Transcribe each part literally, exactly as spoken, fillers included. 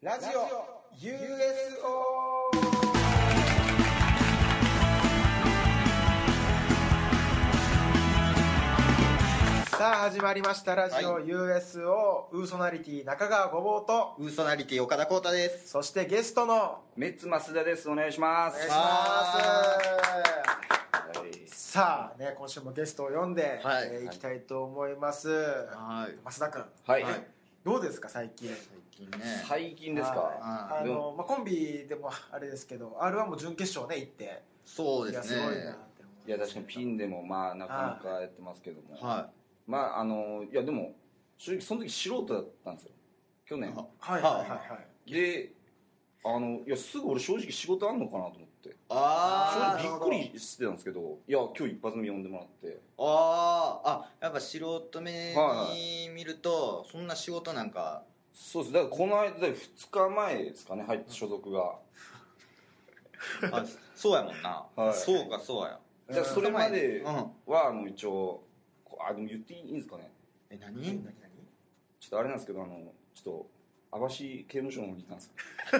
ラジオ ユーエスオー。 さあ始まりましたラジオ ユーエスオー、ウーソナリティ中川ごぼうと、 ウーソナリティ岡田浩太です。 そしてゲストのメッツ増田です。お願いします。 お願いします。さあね、今週もゲストを呼んで、 はいえー、いきたいと思います。 はい増田君、 はい、 どうですか最近。 最近ね。 最近ですか。 あの、まあ、コンビでもあれですけど アールワン も準決勝ね行って、 そうですね。 いやすごいなって思う。 いや確かにピンでもまあなかなかやってますけども、 はまああのいやでも正直その時素人だったんですよ、去年。 はいはいはいはいで、あのいやすぐ俺正直仕事あんのかなと思って、 あ正直びっくりしてたんですけど、いや今日一発目呼んでもらって、 ああ、あ、やっぱ素人目はに見ると、そんな仕事なんか。 そうです。だからこの間ふつかまえですかね、入った所属が。 あ、そうやもんな。 はいそうかそうや。 じゃあそれまでうん。 はあの一応あでも言っていいんですかね。 え、何？ 何何何ちょっとあれなんですけど、あのちょっと網走刑務所の方にいたんですよ。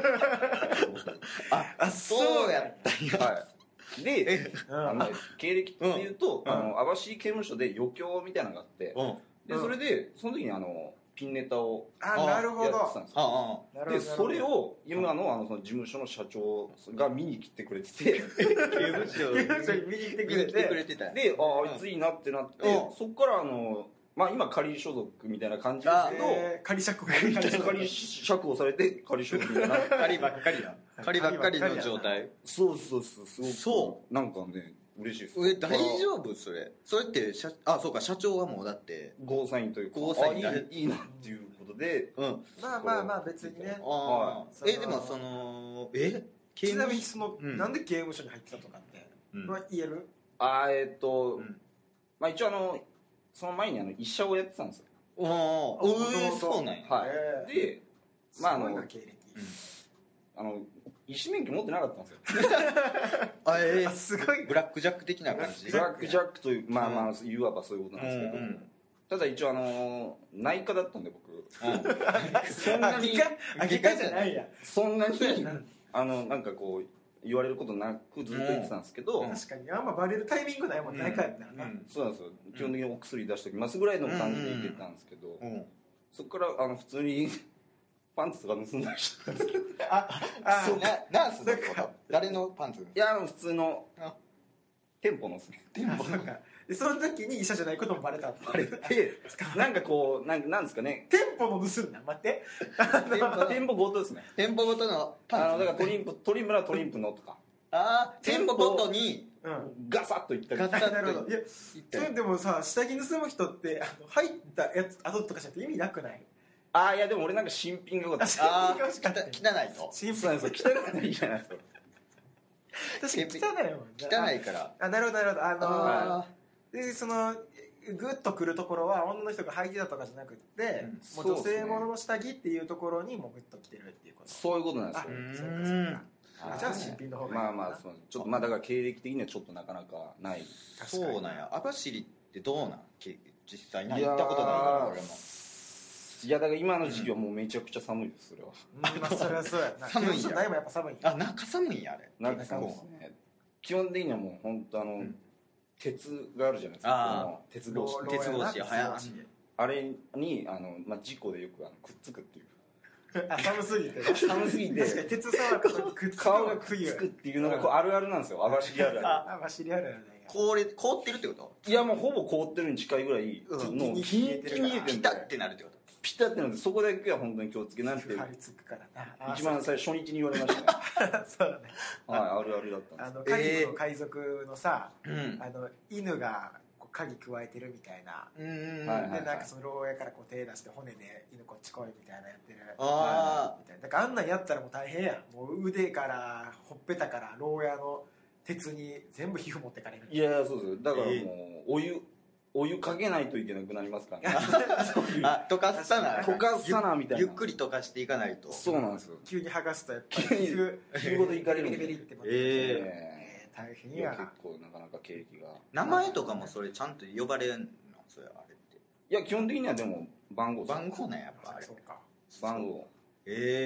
あ、あ、そうやったんや。 はいで、 うんあの経歴っていうと、 うんあの網走刑務所で余興みたいなのがあって、 うん。 でそれでその時にあのピンネタをああなるほどやってたんですよ。 ああ。 なるほどでそれを今のあのその事務所の社長が見に来てくれてて、 刑務所刑務所に見に来てくれ見に来てくれて、 てたんや。 でああいついいなってなって、 うんそっからあのまあ今仮所属みたいな感じですけど、 えー仮釈放仮仮釈放されて仮所属みたいな。 仮ばっかりな。仮ばっかりの状態。 そうそうそう、すごくそなんかね嬉しいです。 え、大丈夫それ？それって社、あ、そうか、社長はもうだって。 ゴーサインというか、 ゴーサインあいいいいなっていうことで、 うん。 まあまあまあ別にね。 ああ、 はいえ、でもその、え刑ちなみ務にその、 うんなんで刑務所に入ってたとかって、 うんまあ言える？ あーえーっと、 うんまあ一応あのその前にあの医者をやってたんですよ。 おお、 元々 えー、そうなんや。 はい。 えーで、まああのすごいな経歴。 あの医師免許持ってなかったんですよ。 あ、えあすごいブラックジャック的な感じ。 ブラックジャックというまあまあいわばそういうことなんですけど、 うんうんただ一応あの内科だったんで僕、 うんそんなにあ外科あ外科じゃないや。 そんなにそうやなあのなんかこう言われることなくずっと言ってたんですけど、 うん確かにあんまバレるタイミングないもん、内科やったらな。 うんそうなんですよ。基本的にお薬出しておきますぐらいの感じで言ってたんですけど、 うんそこからあの普通にパンツとか盗んだりしてたんですけど、いああそうな、ナースのこと誰のパンツ？ やあの普通のあ店舗のですね。 あそうかでその時に医者じゃないこともバレたってあれでなんかこうなんなんですかね、 店舗の盗んだ待って店舗店舗強盗ですね。 店舗ごとのパンツ。 あのだからトリンプトリンプならトリンプのとかあー、店舗ごとにうんガサッといったりガサッとなるほどいや言ったり。 それでもさ下着盗む人ってあの入ったやつ後とかじゃなくて意味なくない？ ああいやでも俺なんか新品が良かった。 あ欲しかったー、汚いと。 新そうなんですよ。汚くないじゃないですか。 確かに汚いもんな汚いから。 あなるほどなるほどあのーあでそのグッとくるところは女の人が履いてたとかじゃなくって、 うんもう女性ものの下着っていうところにもうグッときてるっていうこと。 そういうことなんですあよ。 ーそうかそうかはいあじゃあ新品の方がいいまあまあそうちょっとまあだから経歴的にはちょっとなかなかない。 ー、そうなんや。網走ってどうなん？け実際な行ったことないから俺も。 いやだから今の時期はもうめちゃくちゃ寒いですそれは。 うんまあそれはそうやな寒いんや刑務所内もやっぱ寒いんやあ、中寒いんやあれ。 なんかそうですね。基本的にはもう本当あの、 ん鉄があるじゃないですか。 あーこの鉄格子ロー鉄格子ローやな早い鉄格子あれにあのまあ事故でよくあのくっつくっていう。 あ寒すぎて寒すぎて確かに鉄触るとくっつく顔がくっつくっていうのがこうあるあるなんですよ。網走あるああまあ知り合いあるやない凍れ、凍ってるってこと？ る。いやもうほぼ凍ってるに近いぐらいうんのキンキンに冷えてるからキンキンに冷えてるんでピタってなるってこと？ ピタってなるんでそこだけは本当に気をつけなって張り付くからなあ一番最初日に言われましたね。 そうだねはいあるあるだったんですよ。 あのカリブの海賊のさ、 うん。 あの犬がこう鍵加えてるみたいな、 うん。 はいでなんかその牢屋からこう手出して骨で犬こっち来いみたいなやってるあみたいなだからあんなんやったらもう大変やんもう腕からほっぺたから牢屋の鉄に全部皮膚持ってかれるいやいやそうですだからもうお湯お湯かけないといけなくなりますからね。そういうあ、溶かさな。 溶かさなみたいなゆっくり溶かしていかないと。 そうなんですよ。 急に剥がすとやっぱり急に皮膚皮膚ごといかれるんでベリベリって持ってえええー大変いやや結構なかなか景気が名前とかもそれちゃんと呼ばれるの？それあれって。 いや基本的にはでも番号です番号なんやっぱあれ。 そうか番号ええ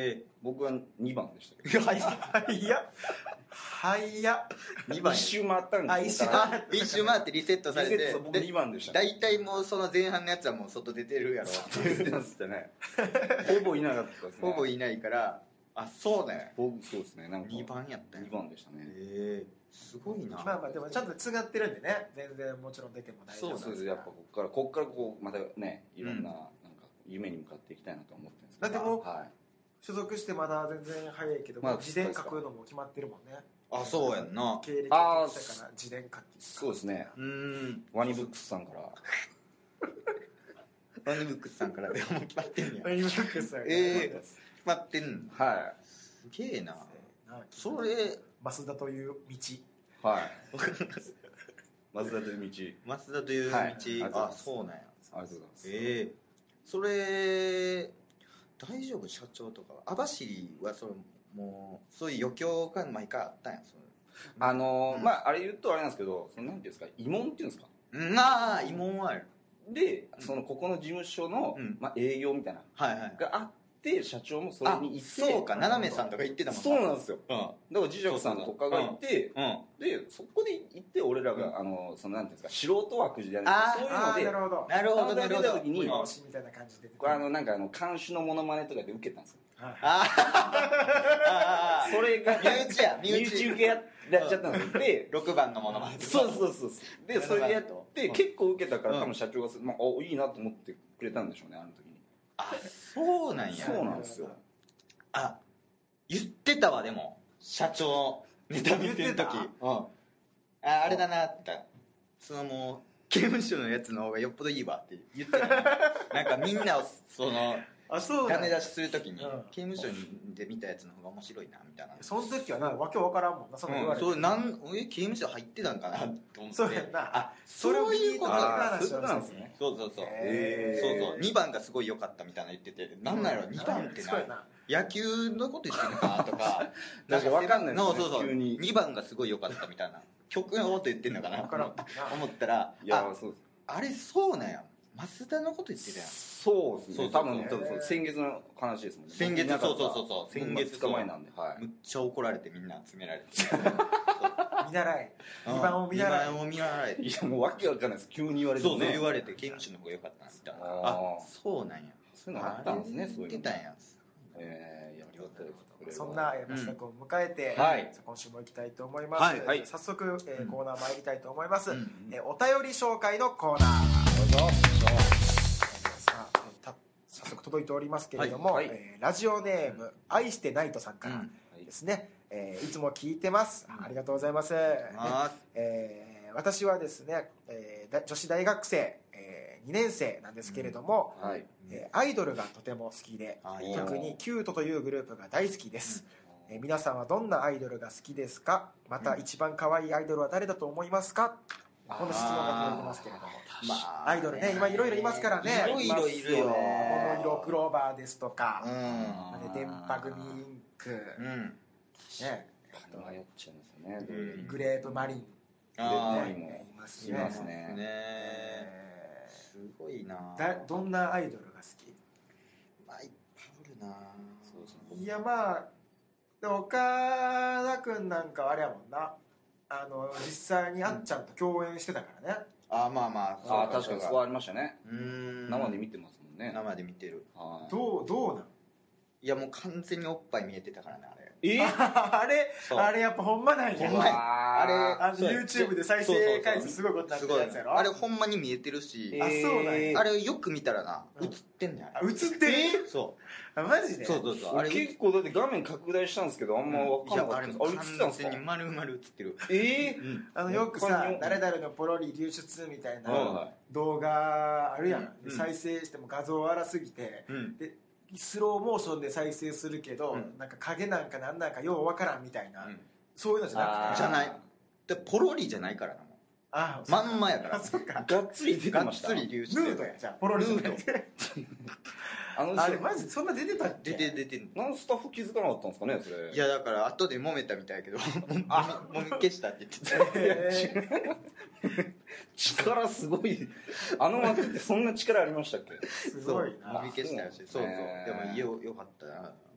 僕はにばんでしたけどはいはいやはいやにばん一周回ったんあですよ一周回っ一周回ってリセットされてリセット僕にばんでしたね大体もうその前半のやつはもう外出てるやろ出てますってねほぼいなかったですねほぼいないからあそうね僕そうですねなんかにばんやったんやにばんでしたねええすごいなまあまあでもちゃんとつがってるんでね全然もちろん出ても大丈夫そうですやっぱここからここからこうまたねいろんな,、なんか夢に向かっていきたいなと思ってるんですけどだってもうはい所属してまだ全然早いけど、 まあもう自伝書くのも決まってるもんねあそうやんな経歴あーしたから自伝書きそうですねうーんワニブックスさんからワニブックスさんからでも決まってんねやワニブックスさんがええ決まってんのはすげえななそれ増田という道いはい松田という道増田という道、 はいありがとうございあますそうなんやありがとうございますええそれ大丈夫社長とかは網走はそれもうそういう余興が毎回あったんやそれあのーうんまああれ言うとあれなんですけどそのなんていうんですか慰問っていうんですかうんああ慰問はあるでそのここの事務所の、 うんまあ、営業みたいなはいはいがあって社長もそれあに行ってそうか斜めさんとか言ってたもんそうなんですようんだから磁石さんとかがいてうんでそこで行って俺らが、あのそのなんていうんですか素人枠じゃあーああないですかそういうのでなるほどなるほどあのなるほど出た時に催しみたいな感じでこれあのなんかあの監視のモノマネとかで受けたんですよはいああそれが身内や身身内内受けやっちゃったんですよでろくばんのものまねそうそうそうそうでそれでやってうん結構受けたからうん多分社長が、まあ、おいいなと思ってくれたんでしょうねあの時にあそうなんやそうなんですよあ言ってたわでも社長ネタ見てる時言ってうんああれだなってそのもう刑務所のやつの方がよっぽどいいわって言ってたなんかみんなをそのあそうだ種出しするときに、 うん刑務所で見たやつの方が面白いなみたいなその時はなわけわからんもんなそんな言わうん、 れてそれなんえ刑務所入ってたんかなと思ってそうやんなあそれをそういうこと聞いたか話をそういうことなんですねそうそうそう、 へーそうそうにばんがすごい良かったみたいな言っててなんなんやろにばんってなすごいな野球のこと言ってるのかなとか確かに分かんないですねそうそうそう急ににばんがすごい良かったみたいな曲のこと言ってんのかなわからんもんな思ったらいやあそうですあれそうなんや増田のこと言ってたやんそうですねそうそう多分多分そう先月の話ですもんね先月僕いなかったそうそうそうそう先月ふつかまえなんではいむっちゃ怒られてみんな詰められて見習いにばんを見習いにばんを見習えいやもうわけわかんないです急に言われてそうそうもね言われて刑務所の方が良かったなみたいなああーそうなんやそういうのがあったんですねそういうの言ってたんやえー、いやよかったですこれはそんなえー増田君を迎えて、 はい今週も行きたいと思います、 はいはい早速、えーコーナー参りたいと思います、 うんえーお便り紹介のコーナーどうぞさあえーた早速届いておりますけれども、 はいはいえーラジオネーム、愛してナイトさんからうんはいですね、えーいつも聞いてます、ありがとうございます、 あえー私はですね、えーだ女子大学生、えーにねん生なんですけれども、 はいえーアイドルがとても好きであいいな特にキュートというグループが大好きです、えー皆さんはどんなアイドルが好きですか、また一番可愛いアイドルは誰だと思いますか、この質問が届いてますけれども、 まあアイドルね今いろいろいますからね、 いろいろいるよ桃色クローバーですとか、 うんで電波組インク、 うんね、 迷っちゃいますよねどれでいいグレープマリン、 あーグレープマリンもねいますいねますねねえすごいなーだどんなアイドルが好き？ まあいっぱいおるなそうそういやまあでも岡田君なんかはあれやもんな、あの実際にあっちゃんと共演してたからね、 あまあまあああ確かにそこはありましたねうーん生で見てますもんね生で見てるはいどうどうなんいやもう完全におっぱい見えてたからねあれえあれそうあれやっぱほんまなんやほんまやあれあのそうや YouTube で再生回数すごいことになってすごいるやつやろ、 あれほんまに見えてるしあそうなんやあれよく見たらなうん映ってんねんああれ映ってる、 そあマジでうそうそうそうあれ結構だって画面拡大したんですけどあんま分かんなかったですいやあれあれ映ってたんですか完全に丸々映ってるええあのよくさ他に誰々のポロリ流出みたいなは動画あるやん、 うんで再生しても画像荒すぎて、 うんでスローモーションで再生するけど、 うんなんか影なんかなんなんかようわからんみたいな、 うんそういうのじゃなくてあーじゃないでポロリじゃないからなもあうまんまやからあそっかがっつり出てがっましたつり流出ヌードやじゃあポロリじゃなくてあのあれマジそんな出てたっけ出て出てんなんでスタッフ気づかなかったんですかねそれいやだから後で揉めたみたいやけどもみもみ消したって言ってたえ力すごいあの幕ってそんな力ありましたっけー、すごいな、 もみ消したらしいそうそうねでもよよかったな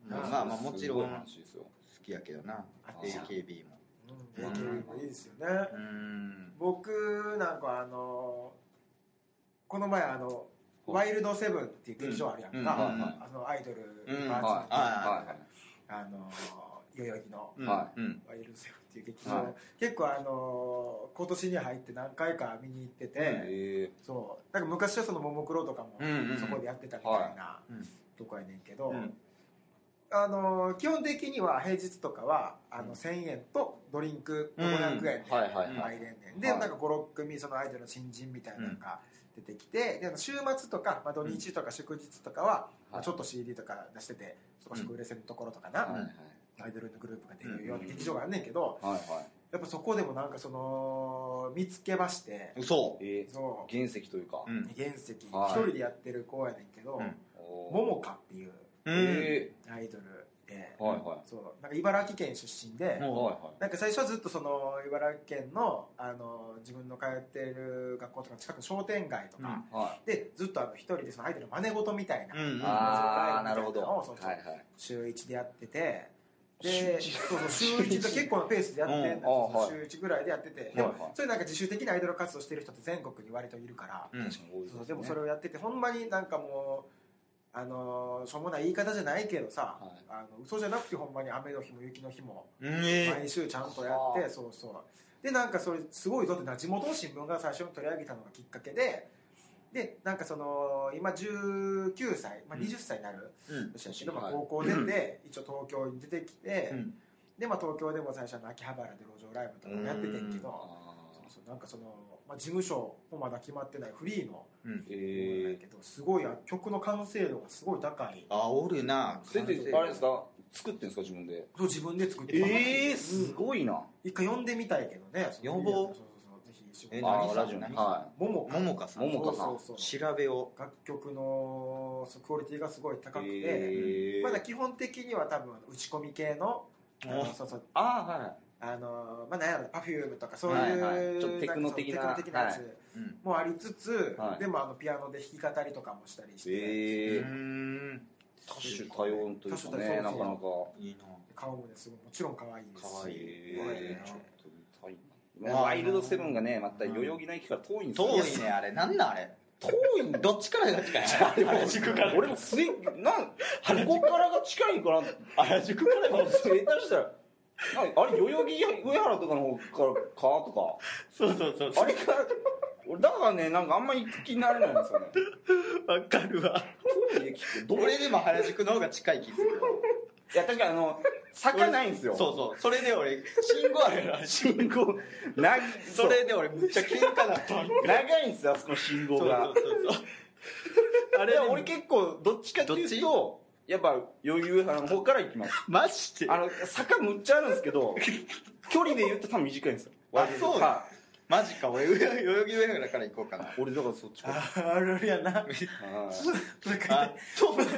まあまあもちろんすごい話ですよ。 好きやけどな エーケービー もうん、エーケービー もいいですよね、 うん僕なんかあのこの前あのワイルドセブンっていう劇場あるやんか、 うんうんあのアイドルうんバーツの、 はいあの代々木のうんはいうんワイルドセブンっていう劇場、 はい結構あの今年に入って何回か見に行ってて、 えそうなんか昔はそのももクロとかもうんうんうんそこでやってたみたいなうんとこやねんけど、 うんあの基本的には平日とかはあのせんえんとドリンクごひゃくえんではいはい入れんねん、ではいなんかごろっ組そのアイドルの新人みたいなのが出てきて、で週末とか、まあ、土日とか祝日とかは、まあ、ちょっと シーディー とか出してて少し売れ線のところとかな、 はいはいアイドルのグループが出るような劇場があんねんけど、 はいはい。 やっぱそこでもなんかその見つけまして、 嘘えー、 そう原石というか。 うん原石一はい人でやってる子やねんけど、 うんおーももかっていうえアイドルで、 ー、はいはい。 そうなんか茨城県出身で、 もはいはい。 なんか最初はずっとその茨城県のあの自分の通っている学校とか近くの商店街とか、 はい。 でずっとあの一人でそのアイドルの真似事みたいな、 うんうんああ、なるほど。 ライブみたいなのをそうそうはいはい。 週一でやってて、 週で一そうそう週一と結構なペースでやってんだうんよ、 あはい週一ぐらいでやってて、でもはいはいそれなんか自主的なアイドル活動してる人って全国に割といるから、 うん確かに多いですね。 そうでもそれをやっててほんまになんかもうあのしょうもない言い方じゃないけどさ、 はいあの嘘じゃなくてほんまに雨の日も雪の日もうんえ毎週ちゃんとやって、 はあそうそうでなんかそれすごいぞってな地元の新聞が最初に取り上げたのがきっかけででなんかその今じゅうきゅうさい、まあ、はたちになるうん年やけど、まあ、 はい高校出て一応東京に出てきて、 うんで、まあ、東京でも最初の秋葉原で路上ライブとかもやっててんけど、 あそうそうなんかその、まあ、事務所もまだ決まってないフリーのうんーえやけどすごいあ曲の完成度がすごい高い。 あおるなー、それってあれですか、作ってんですか自分で。 そう自分で作ってええー、すいごいな。 一回呼んでみたいけどね。その呼ぼうそうそうそうぜひ一緒にえあ何さん何ラジオに。はももかももかさんももかさんそうそうそう調べを楽曲のそうクオリティがすごい高くて、 えーまだ基本的には多分打ち込み系のあのそうそうあーはい。 あのまあ何やろ Perfume とかそういう、 はいはいちょっとテクノ的ななんかそのテクノ的なやつうんもありつつ、 はいでもあのピアノで弾き語りとかもしたりして、 えー、 ん多種多様というか多種多ね、 様そうなかなか。 いいな顔もねすごいもちろん可愛いですし可愛いえー、ちょっと見たいな。 まあワイルドセブンがね、また代々木の駅から遠いんですよ。 遠いねあれなんなんあれ遠いんだ。 どっちからが近い原宿から俺もすげえなんここからが近いんかな。 原宿から下手したらなあれ代々木上原とかの方からかとそうそうそうかあれから俺だからねなんかあんまり行く気になれないんですよね。 わかるわ遠い駅ってどれ俺でも原宿の方が近い気するいや確かにあの坂ないんですよ。 そうそうそれで俺信号あるやろ信号なそれで俺むっちゃ喧嘩だった長いんですよあそこの信号が。 そうそうそうそうあれでもあれ俺結構どっちかっていうとやっぱ代々木上原の方から行きます。 マジであの坂むっちゃあるんですけど距離で言うと多分短いんですよ。 あそうはマジか俺上代々木上原から行こうかない俺だからそっちかああるあるやなら。はいあそうなんや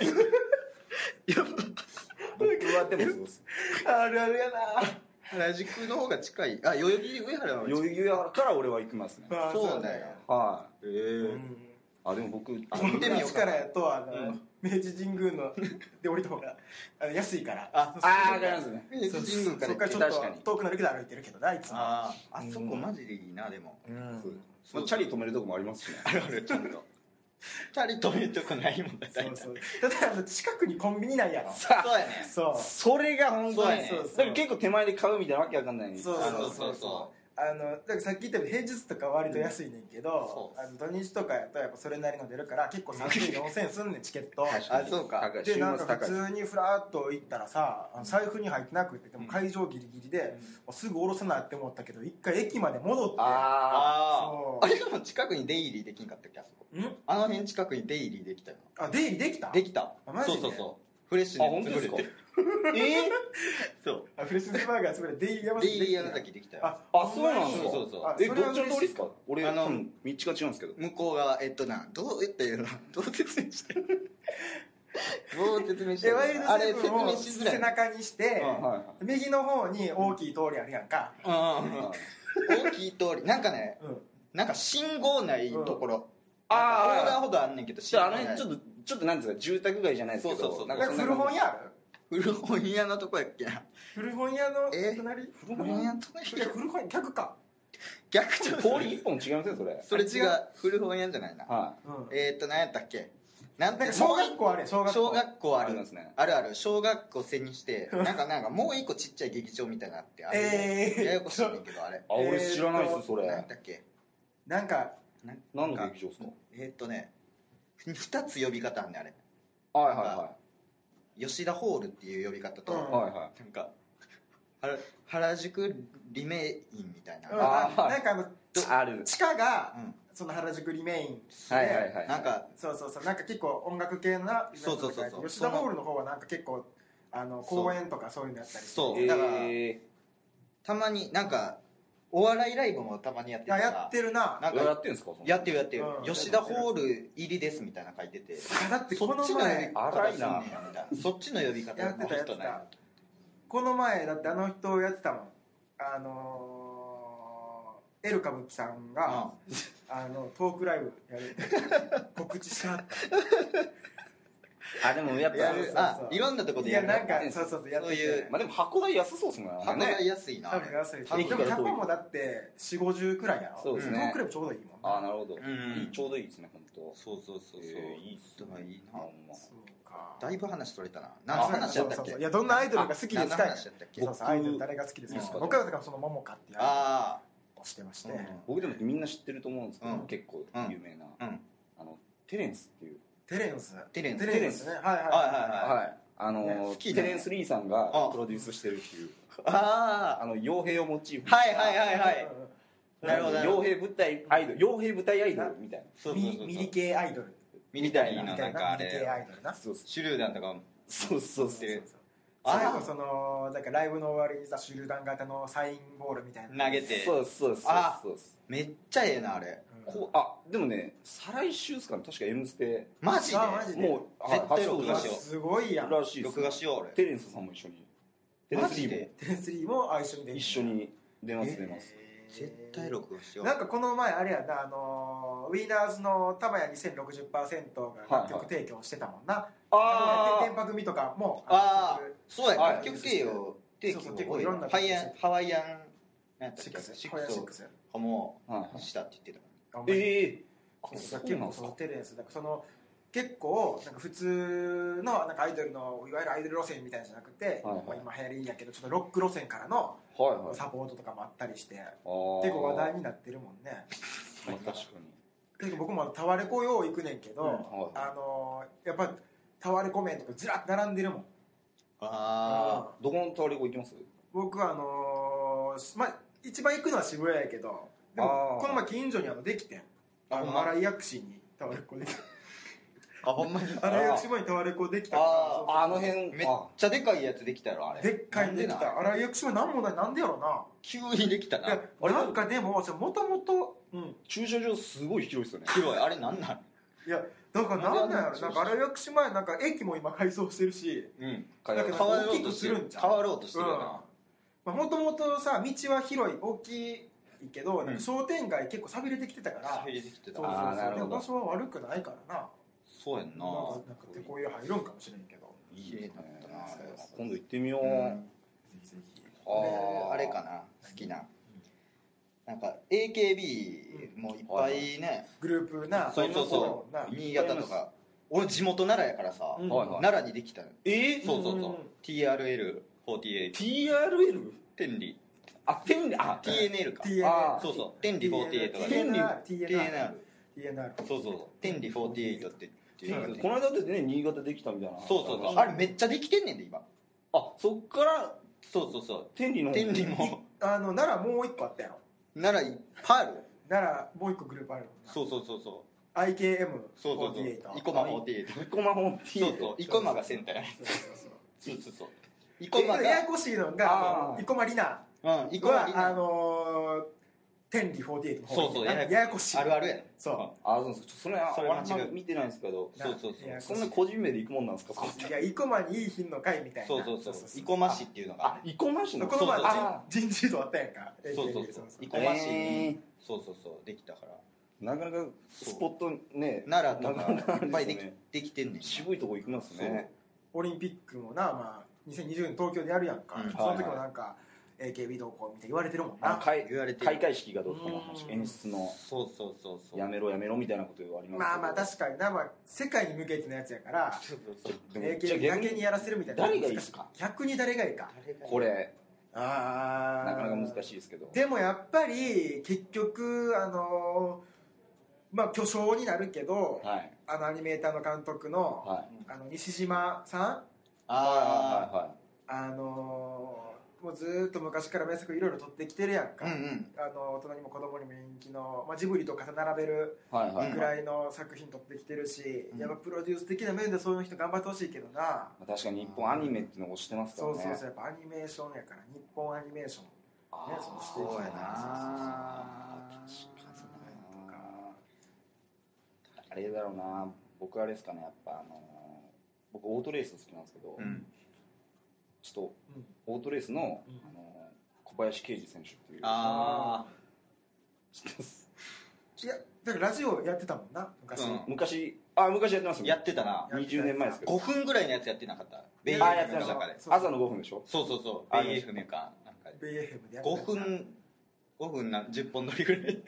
僕はでもそうです。 あるあるやな原宿の方が近いあ代々木上原は代々木上原から俺は行きますね。 あそうだよはい。 えうんあでも僕あ行ってみようか昔からやとあの、 うん明治神宮ので降りた方があの安いからあそうそうあーわかりますね。 明治神宮からそっからちょっ確かにと遠くなるけど歩いてるけどなあいつもあーあそこマジでいいなでもうんまあチャリ止めるとこもありますしね。 あるあるちゃんとチャリ止めるとこないもんだ大体そうそうただあの近くにコンビニないやろさそうやねそうそれが本当にねそうそうそうだから結構手前で買うみたいなわけわかんない。 そうあのそうそうそうそあのだからさっき言ったように平日とかは割と安いねんけど、 そうあの土日とかやとやっぱそれなりの出るから結構さんぜんよんせんすんねんチケット確かにあそうか高いでなんか週末高い普通にフラーっと行ったらさあの財布に入ってなくてでも会場ギリギリで、もうすぐ降ろさなって思ったけど一回駅まで戻ってああそうああれでも近くに出入りできんかったっけあそこんあの辺近くに出入りできたよあ出入りできたできたあマジでそうそうそうフレッシュあ本当ですか潰れてええそうあフレッシュネスバーガーそれ出入り山出崎入り山崎できたよああそうなんですか。 そうそうそうあえどっそれは嬉しいちの通りですか。俺あの多分道が違うんですけど。 向こう側えっとなどうっていうのどう説明してるどう説明してるでワイルドあれ説セブンを明しづらい背中にして、 はいはい右の方に大きい通りあるやんか、 うん大きい通りなんかねうん、 なんか信号ないところあー横断歩道あんねんけどじゃああ信号ないれちょっとちょっとなんですか住宅街じゃないですけどそうそうそうなんなんか古本屋ある古本屋のとこやっけな。 古本屋のえ隣古本屋のとこやっいや古本屋逆か、 け。逆ちゃう。 通り一本違いますよそれ。 それ違う。古本屋じゃないな。 はうん、 えーっと何やったっけ。なんてなんか小学校あれ小学校小学校あるありますね。 あるある。小学校背にしてなんかなんかもう一個ちっちゃい劇場みたいなのあってあれ、 えーややこしいねんけどあれ。 い。あ俺知らないっえーとすそれ。 何やったっけ。 なんかな何の劇場ですか。 えーっとね二つ呼び方あんねんあれ。 はいはいは吉田ホールっていう呼び方と、 うんいはいはなんか原原宿リメインみたいな、 うんあーあなんかあのい。ある。 地下がうんその原宿リメインで、 はいはいはい。 なんかそうそうそうなんか結構音楽系なそうそうそうそう吉田ホールの方はなんか結構あのそう公演とかそういうのやったりしてそうえだからー、 たまになんかお笑いライブもたまにやっていやてさやってるななんやかってんすかそんなやってるやってる、 うん吉田ホール入りですみたいな書いててだってこのそっちの呼び前方荒いなすんねやみたいなそっちの呼び方やってたやって人ないたこの前だってあの人やってたもんあのー、エル歌舞伎さんが、あのトークライブやる告知してはったあでもやっぱいやそうそうそうあいろんなとこでいややるなんかそうそうそうやっててそういうまあでも箱代安そうっすもんね。 箱代安いな多分安いで駅から遠いもキャパもだってよんじゅうごじゅうくらいやろそうですねトークライブちょうどいいもんああなるほど。 うんいいちょうどいいですね本当。 そうそうそうそう、 えーいいっすねだからいいなほんまそうかだいぶ話取れたな何の話やったっけそうそうそういやどんなアイドルが好きです何のか話やったっけそうそうアイドル誰が好きですか僕僕はだからそのモモカっていうアイあドルをしてましてうん僕でもみんな知ってると思うんですけど、 うん結構有名な、 あうんあのテレンスっていう、 テレンステレンステレンスねはいはいはいはいはい、あの、 ね好きだねテレンス・リーさんがあプロデュースしてるっていうああの傭兵をモチーフにはいはいはいはいうんなるほどなるほど傭兵舞台アイドル傭兵舞台アイドルみたいなそうそうそうそうミリミリ系アイドルミリタリーみのみたないんかあなミリ系れアイドルなそうそう手榴弾とかそうそうそう持ってる最あ後そのなんかライブの終わりにさシュルダン型のサインボールみたいな投げてそうですそうですあそうですめっちゃええなあれうんこうあでもね再来週ですかね確か「M ステマジであマジ」でもう絶対初登場録画しようすごいやんらしいです録画しよう俺テレンスさんも一緒にテレンスリーマジでテレンスリーもあ一緒に出るも一緒に出ます出ます絶対録画しようなんかこの前あれやなあのウィーナーズの玉屋 にせんろくじゅっパーセント が楽曲提供してたもんな、 あ電波組とかもああのそうやはい楽曲提供提そうそう供結構いろんなハイアンハワイアン何やったっけシックスシホヤシッックスクスをもはいはいしたって言ってたあんまりええそうそうそうなんですか結構そのテレンスだからその結構なんか普通のなんかアイドルのいわゆるアイドル路線みたいなじゃなくて、 はいはいまあ今流行りやけどちょっとロック路線からのはいはいサポートとかもあったりして、 あー結構話題になってるもんね。 まあ確かに結構僕もタワレコよう行くねんけど、 はいあのーやっぱタワレコ麺とかずらっと並んでるもん。 あどこのタワレコ行きます僕はあのーまあ一番行くのは渋谷やけど、であもーこの前近所にあのできてん。あほんまの新井薬師にタワレコできた。 ああほんまに新井薬師前にタワレコできたからあーそうそうそうあの辺めっちゃでかいやつできたやろあれでっかいのできなんた。新井薬師前なんもないなんでやろな。 急にできたないやあれなんかでももともとうん駐車場すごい広いですよね広いあれなんなんいやだからなんなんやろなんであんななんか新井薬師前なんか駅も今改装してるし。 うん変だけど変わろうとしてる大きくするんちゃう変わろうとしてるよなもともとさ道は広い大きいけど、 んなんか商店街結構寂れてきてたから、 入れてきてたそうそうあーなるほどそうでも場所は悪くないからなそうやんななんかなんかこういう入るんかもしれんけどいいですね綺麗だったな今度行ってみよう、 うんぜひぜひ俺あれかな好きななんか エーケービー もいっぱいねグループなそうそうそうな新潟とか俺地元奈良やからさうんはいはい奈良にできたのえー、 そうそうそううんうんティーアールエルフォーティーエイトティーアールエル? 天理あ天理あティーエヌエル かティーエヌエルあーそうそう天理フォーティーエイトがティーエヌアールティーエヌアールティーエヌアールそうそうそう天理フォーティーエイトってっていうのがこの間だってね新潟できたみたいなそうそうそうあれめっちゃできてんねんで今あそっからそうそうそう天理の天理もあの奈良もう一個あったやろ奈良いっぱいある奈良もう一個グループあるもんなそうそうそうそうアイケーエムそうそうそうフォーティーエイト生駒フォーティーエイト生駒本 T そうそう生駒がセンターやねそうそうそうそうそうそう生駒がややこしいのあがー生駒里奈うん生駒は里奈あのー天理フォーティーエイトの方そうそうやややややこしいあるあるやんそうあそうですそれはそれ俺あんま間違う見てないんですけどそうそうそういやそんな個人名で行くもんなんですかそこっていや生駒にいい品の会みたいなそうそうそう生駒市っていうのがあ生駒市のこの前そうそうあ人人事異動あったやんかそうそうそう生駒市えにそうそうそうできたからなかなかスポットね奈良となかなかかいっぱいできですねできてんねん渋いとこ行きますねオリンピックもなまあにせんにじゅうねん東京でやるやんか、 うんその時もなんか エーケービー どうこうみたいな言われてるもんな。 あの開言われてる開会式がどうとかの話、 うん演出のそうそうそうそうやめろやめろみたいなこと言われますけど、 まあまあ確かにな、まあ、世界に向けてのやつやからそうそうそうでもエーケービー だけにやらせるみたいな。 誰がいいですか？ 逆に誰がいいか。 これあなかなか難しいですけど、 でもやっぱり結局あのまあ巨匠になるけど、 はいあのアニメーターの監督の、 はいあの西島さん、 あはいはいはいあのもうずーっと昔から名作いろいろ撮ってきてるやんか、 あうんうんあの大人にも子供にも人気の、まあ、ジブリと肩並べるはいはい、 うんぐらいの作品撮ってきてるし、 うんやっぱプロデュース的な面でそういう人頑張ってほしいけどな、 まあ確かに日本アニメっていうのを推してますからね。 そうそうそう、やっぱアニメーションやから日本アニメーションあーねそのしていきたいな。 そうやなそうかあれだろうな、僕あれですかね、やっぱあのー僕オートレース好きなんですけど、 うんちょっとうんオートレースの、 うんあのー小林啓司選手っていう、 あ知ってますいやだからラジオやってたもんな昔、 うん昔あ昔やってますよあやってたなにじゅうねんまえですけどごふんぐらいのやつやってなかったベイエフあやってましたの中でそう朝のごふんでしょ。 そうそうそうあベイエフメかなんかベイエフエムでやってごたやつなふんごふんなじゅっぽん乗りぐらい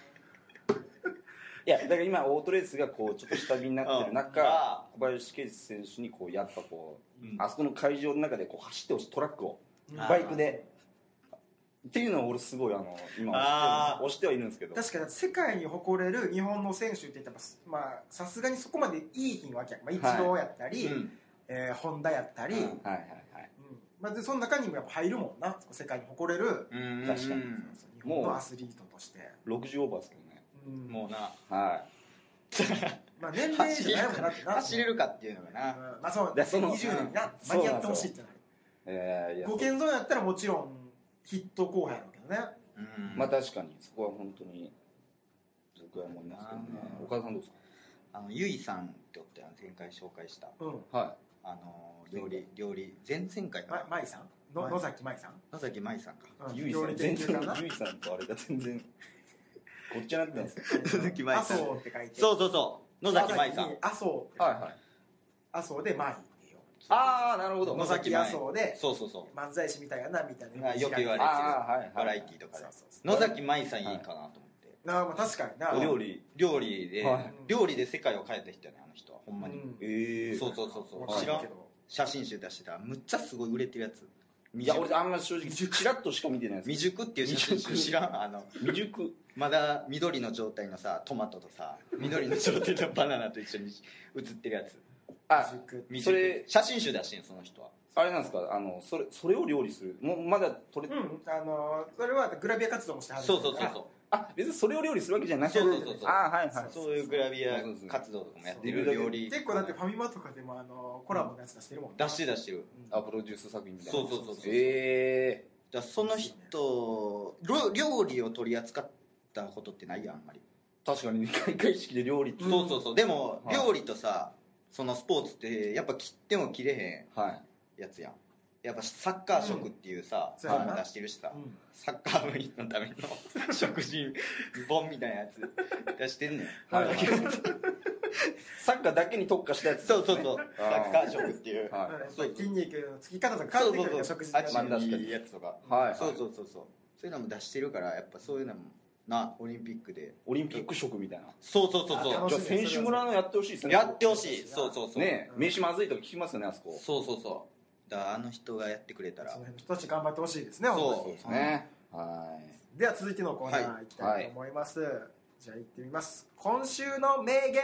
いやだから今オートレースがこうちょっと下火になってる中、 うん小林啓司選手にこうやっぱこう、 うんあそこの会場の中でこう走ってほしいトラックをうんバイクでっていうのを俺すごいあの今あー推してはいるんですけど、 確かに世界に誇れる日本の選手って言ったらまあさすがにそこまでいい品わけやん、まあ、イチローやったり、 うんえー、ホンダやったり、 はいはいはいうんまあ、でその中にもやっぱ入るもんな、世界に誇れるうん確かに日本のアスリートとして、 ろくじゅうオーバーですけどね。 うんもうなはまあ、年齢じゃないもんなってな走れるかっていうのがうんなまあそうでそのにじゅうねんになうん間に合ってほしいってなる。 えー、いやご健存やったらもちろんヒット候補やろうけどね。 うんまあ確かにそこは本当に僕は思いますけどね。岡田さんどうですあのゆいさんっておってあの前回紹介したうんか。はあの料理料理前々回かまな舞さんのはい野崎舞さん、 野崎舞さんかうんい。ゆいさ料理ん全然研究家なゆいさんとあれが全然ごっちゃなってたんですよ。 野崎舞さん麻生って書いてそうそうそう野崎舞さんに麻生ってはいはい。 麻生で舞っていうああなるほど。 野崎麻生でそうそうそう漫才師みたいやなみたいなあよく言われてるああはいはい。 バラエティーとかでそうそうそう野崎舞さんいいかなと思ってなあまあ確かになお料理。 料理ではい料理で世界を変えた人やねあの人はほんまにうんええー。 そうそうそうそうわか知らんるけど写真集出してたらむっちゃすごい売れてるやついや俺あんま正直チラッとしか見てないです。 未熟っていう写真集知らんあの未熟。 まだ緑の状態のさトマトとさ緑の状態のバナナと一緒に写ってるやつあ熟未熟それ写真集出してんその人はあれなんですか、あのそれそれを料理するもうまだ取れ、 うんあのそれはグラビア活動もしてはるそうそうそうそうあ別にそれを料理するわけじゃなくて、 そうそうそうそうあはいはいそういうグラビアそうですね活動とかもやってそうる料理結構だってファミマとかでもあのコラボのやつ出してるもん出して出してるあプロデュース作品みたいな。 そうそうそうそうえだからその人料料理を取り扱ったことってないやんあんまり、 ー、確かに開会式で料理って、 うんそうそうそうでも、 はい料理とさそのスポーツってやっぱ切っても切れへはいんやつやんやっぱサッカー食っていうさ、 うん本も出してるしさ、 うんサッカー部員のための食事本みたいなやつ出してんねん、 はいはいサッカーだけに特化したやつ、 そうそうそうあーサッカー食っていうはそう筋肉のつき方とか変わってくるよ食事によってあっちにいいやつとか、 いはいはい、 そうそうそうそうそういうのも出してるからやっぱそういうのもなオリンピックでオリンピック食みたいな。 そうそうそうそうあ楽しじゃあ選手村のやってほしいですね。 やってほしいそうそうそうねえ飯まずいとか聞きますよねあそこ。 そうそうそうだからあの人がやってくれたらその辺の人たち頑張ってほしいですねそう本当にそうですね。はい。 では続いてのコーナーはいいきたいと思います、じゃあ行ってみます。今週の名言。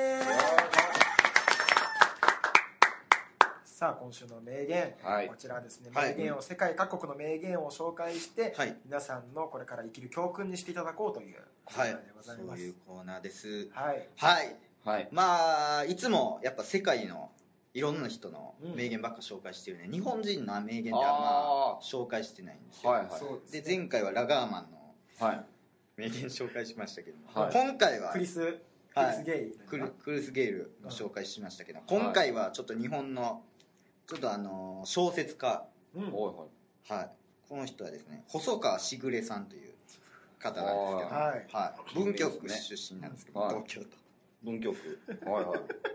さあ今週の名言、 はいこちらはですね、 はい名言を世界各国の名言を紹介して、 はい皆さんのこれから生きる教訓にしていただこうというコーナーはいでございます。 そういうコーナーですはい、 はいはい。 まあいつもやっぱ世界のいろんな人の名言ばっか紹介してるね、日本人の名言ってあんまあ紹介してないんですよ、 はいはい。 そうですねで前回はラガーマンのはい。 名言紹介しましたけども、 はい今回はクリスクはいリス・ゲイクルクルス・ゲイルの紹介しましたけど、今回はちょっと日本のちょっとあの小説家、 うん、 おいはい。 はい、この人はですね細川しぐれさんという方なんですけど、 はいはい、文京区出身なんですけど、 はい東京都文京区。はいはい。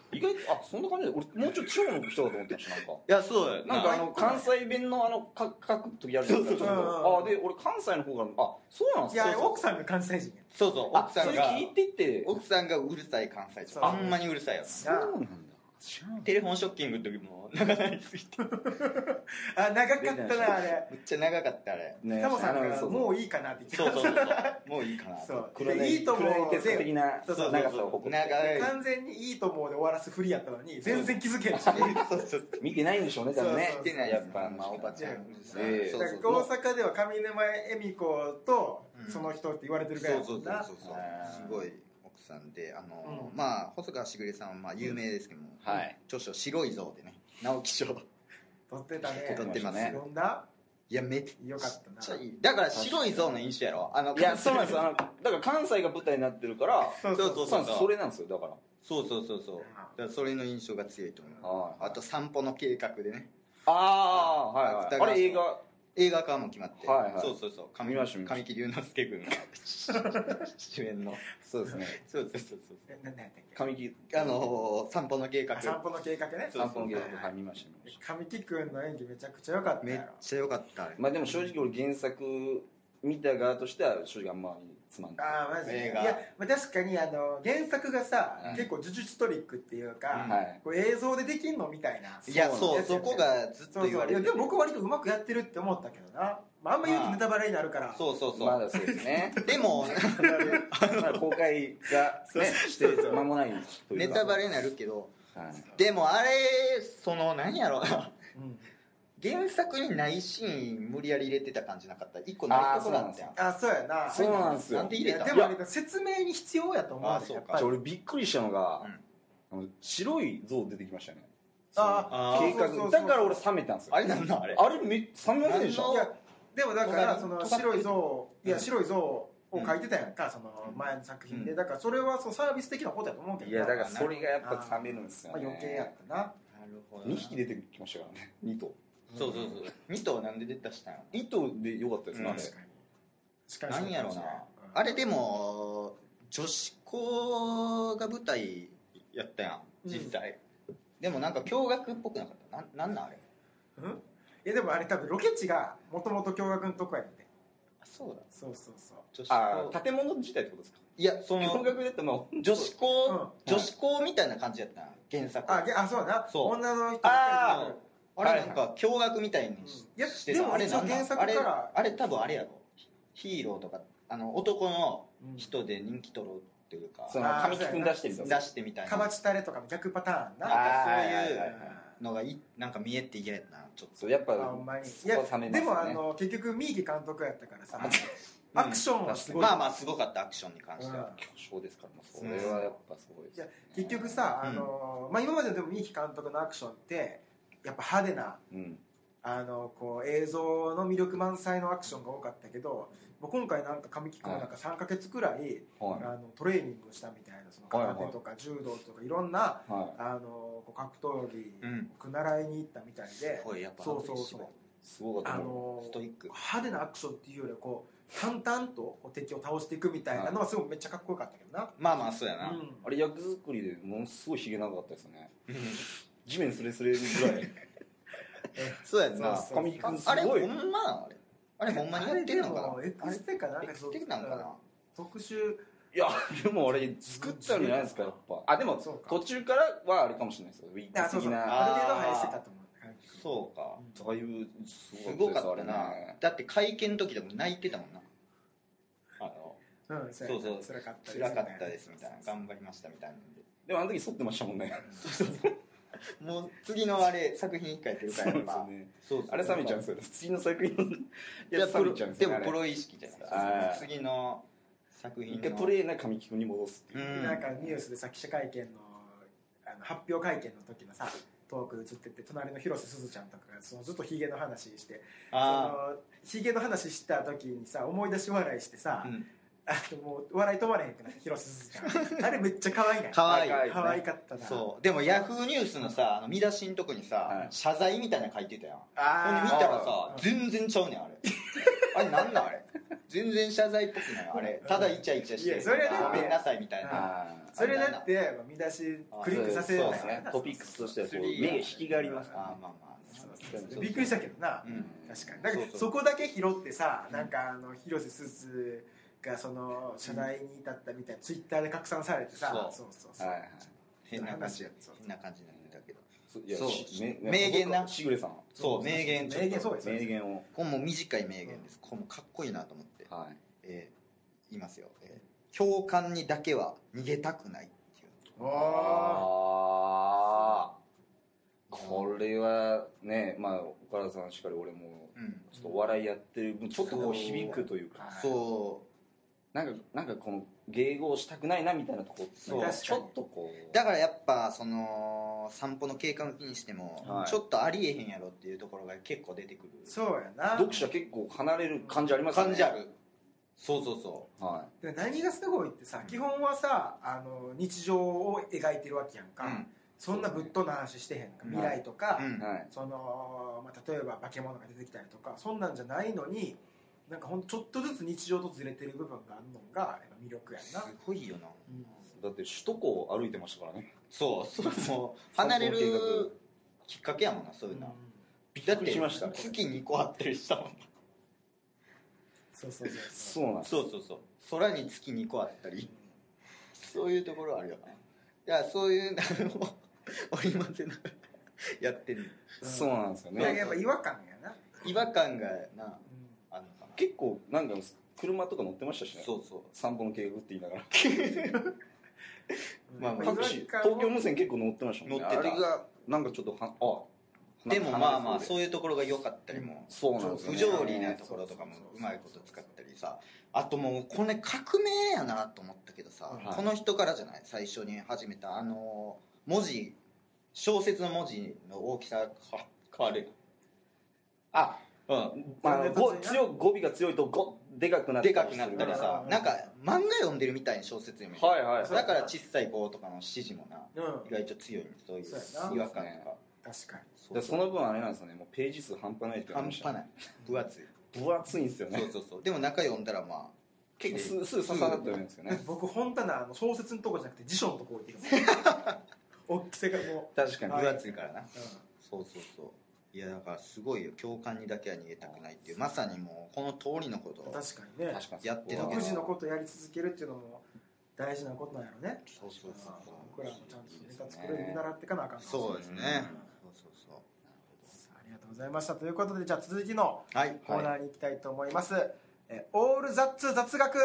意外とあそんな感じで俺もうちょっと地方の人だと思ってましたなんかいやそうだよなんかあの関西弁のあのか書く時あるじゃないですかちょっとあで俺関西の方からあそうなんですかいや奥さんが関西人やそうそうあ奥さんがそれ聞いてて奥さんがうるさい関西そう人あんまにうるさいよそうなんだ知らんテレフォンショッキングの時も長なりすぎてあ長かったなあれめっちゃ長かったあれねタモさんがあのそうもういいかなって言ってそうそうそうそうもういいかなそう黒でいいと思う黒い鉄的なそうそう長さを誇って長い完全にいいと思うで終わらすふりやったのに全然気づけんしそうそう見てないんでしょうね多分ねそう見てないやっぱまあおばちゃんええそうそうだから大阪では上沼恵美子とうんその人って言われてるぐらいそうやもんなそうそうそうあーすごい奥さんであの、 うんまあ細川しぐれさんはまあ有名ですけども、 うんはい著書「白い像」でね直木賞撮ってたね撮ってますね読んだいやめっよかったなちゃいいだから白い像の印象やろあのいやそうなんですよあのだから関西が舞台になってるからそうそうそうそうなんですそれなんですよだからそうそうそうそうだからそれの印象が強いと思うはいあと散歩の計画でねああはいはいあれ映画映画化も決まって、 はいはいそうそうそう神見ました見ました神木隆之介君が主演のそうですねそうそうそうそうえななんやったっけ神木あのー散歩の計画あ散歩の計画ねそう散歩のゲームはい見ました見ました神木君の演技めちゃくちゃ良かっためっやろちゃ良かったあれまあでも正直俺原作見た側としては正直あんまりつまんないああマジで映画いや、まあ、確かにあの原作がさ、 うん結構呪術トリックっていうか、 うんはいこう映像でできんのみたいないやそうそうそこがずっとそうそういや言われてでも僕割とうまくやってるって思ったけどな、まあ、あんま言うとネタバレになるから、 そうそうそう、 まだそうですねでもまだ公開がねして間もないというかネタバレになるけどはいでもあれその何やろうなうん原作にないシーン無理やり入れてた感じなかった一個ないとこだったやんあそうやなそうなんですよなんで入れたいやでもあれ説明に必要やと思うねあそうかやっぱり俺びっくりしたのが、 うんあの白い像出てきましたねあー計そうそうそうそう画だから俺冷めたんですよあれなんなんあれあれめ冷めませんでしたあのいやでもだから尖りその尖ってる白い像いやうん白い像を書いてたやんかその前の作品で、 うんだからそれはそのサービス的なことやと思うけどいやだからそれがやっぱ冷めるんですよまあ、 ね、 余計やったななるほどなにひき出てきましたからねに頭そうそうそうに頭なんで出たしたんやに頭でよかったですね、 うんあれ確かに確かになんやろうなうんあれでも女子校が舞台やったやん実際、でもなんか驚愕っぽくなかったなんなんなんあれうんいやでもあれ多分ロケ地がもともと驚愕のとこやねんてあそうだそうそうそう女子あ校建物自体ってことですかいやその驚愕だったの女子校、 うん女子校みたいな感じやったな原作あげあそうだなそう女の人ばっかり出てくるあれなんか驚愕みたいにし,、 いやしてでもたあれなんなん一応原作からあれあれ多分あれやろヒーローとかあの男のうん人で人気取ろうっていうか、 そのあー神木君出してみた出してみたいなカバチタレとかの逆パターンななんかそうはいはいいうはいのがいなんか見えて嫌やなちょっとそうやっぱあほんまにいそやこは冷めますねでもあの結局三木監督やったからさうんアクションはすごいまあまあすごかったアクションに関しては、 巨匠ですからそれはやっぱすごいですいやね結局さ、 うんあのまあ、今まででも三木監督のアクションってやっぱ派手なうんあのこう映像の魅力満載のアクションが多かったけどもう今回なんか神木君はなんかさんかげつくらい、 はいあのトレーニングしたみたいなその空手とか柔道とかいろんな、 はあのこう格闘技うんを習いに行ったみたいで、 すごいやっぱそうそうそういすごかったあなのストイック派手なアクションっていうよりはこう淡々とこう敵を倒していくみたいなのはすごいめっちゃかっこよかったけどな、 まあまあそうやな、 うんあれ役作りでものすごいひげ長かったですよねうん地面すれすれるぐらいそうやんなそうそう神木君すあれほごいんまなんあれあれほんまにやってんのかなあれでもエクステかなんかエクステなんかな特殊いやでもあれ作ったんじゃないですかやっぱあでもそうか途中からはあれかもしれないですよウィッあそうそうグ的なある程度生やしてたと思うそうかだいぶすすごかったあれな、 ねだって会見の時でも泣いてたもんなあのうんそうそうそう辛かったです辛かったですみたいな頑張りましたみたいなんででもあの時剃ってましたもんねもう次のあれ作品控えてるからやっぱねそうそうあれ冷めちゃうんですよ次の作品のいややつ冷めちゃうんですよねでもプロ意識じゃないですあかー次の作品の一回トレーナー神木君に戻すっていう、 うんなんかニュースでさ記者会見のあの発表会見の時のさトーク映ってて隣の広瀬すずちゃんとかがそのずっとヒゲの話してあそのヒゲの話した時にさ思い出し笑いしてさ、 あ、うん、 あのもう笑い止まれへんくなって広瀬すずちゃんあれめっちゃ可愛いね可愛い可愛い可愛かったなそうでもヤフーニュースのさあの見出しのとこにさ、 はい謝罪みたいなの書いてたやんほんであー見たらさあ全然ちゃうねんあれあれなんなんあれ全然謝罪っぽくないあれただイチャイチャしていやそれだってごめんなさいみたいなあそれだって見出しクリックさせるそうですねトピックスとしてはこう目が引きがありますからあまあまあびっくりしたけどな、 うん、 確かにだからそうそうそこだけ拾ってさ、なんかあの広瀬すずがその謝罪に至ったみたいなツイッターで拡散されてさ、 そうそうそうそう、 はいはい変な感じそう変な感じになってたけどいやそうしめ名言なしぐれさんそう名言ちょっと名言そうです名言をこれもう短い名言ですこれもかっこいいなと思って、 はいえー、言いますよ、えー、共感にだけは逃げたくないっていうあああこれはねまあ岡田さんしかり俺もちょっとお笑いやってる分ちょっとこう響くというかそうなんかなんかこの迎合したくないなみたいなとこそうなんかちょっとこうだからやっぱその散歩の経過の気にしても、 はい、 ちょっとありえへんやろっていうところが結構出てくるそうやな読者結構離れる感じありますね感じあるそうそうそう、 はで何がすごいってさ基本はさあの日常を描いてるわけやんか、うん、そんなぶっ飛んだ話してへんか、未来とか、うんそのまあ、例えば化け物が出てきたりとかそんなんじゃないのになんかほんとちょっとずつ日常とずれてる部分があるのが魅力やんなすごいよな、うん、 だって首都高を歩いてましたからねそうそうそう離れるきっかけやもんなそういうの、うん、 びっくりしました月にこあったりしたもんなそうそうそうそうなんですそうそうそう空に月にこあったり、うん、そういうところあるよないやそういうのを織り交ぜながらやってる、 うん、そうなんですよねやっぱ違和感やな違和感がな、うん結構なんか車とか乗ってましたしねそうそう散歩の計画って言いながらまあまあタクシー東京無線結構乗ってましたもんね乗ってたあれがなんかちょっとはあでもまあまあそういうところが良かったりも、 そうなんですよね不条理なところとかもうまいこと使ったりさあともうこれ革命やなと思ったけどさ、はい、この人からじゃない最初に始めたあの文字小説の文字の大きさが変わるあうんまあ、ご強語尾が強いとごでかくなったりでかくなったりさなんか漫画読んでるみたいに小説読めて、 はいはい、 だから小さい語とかの指示もな、 うん、 意外と強いそういう違和感とか確かにそうそうその分あれなんですよねもうページ数半端ないって半端ない分厚い分厚いんですよねそうそうそうでも中読んだらまあ結構すぐ刺さって読めるんですよね僕本棚の小説のとこじゃなくて辞書のとこ置いてる大きさがもう確かに分厚いからな、うん、そうそうそういやだからすごいよ共感にだけは逃げたくないっていうまさにもうこの通りのことを確かにねやってる独自のことをやり続けるっていうのも大事なことなんやろねそうそうそう僕らもちゃんとネタ作れる見習っていかなあかんそうですね、うん、そうそうそうありがとうございましたということでじゃあ続きのコはいーナーに行きたいと思います、はい、えオールザッツ雑学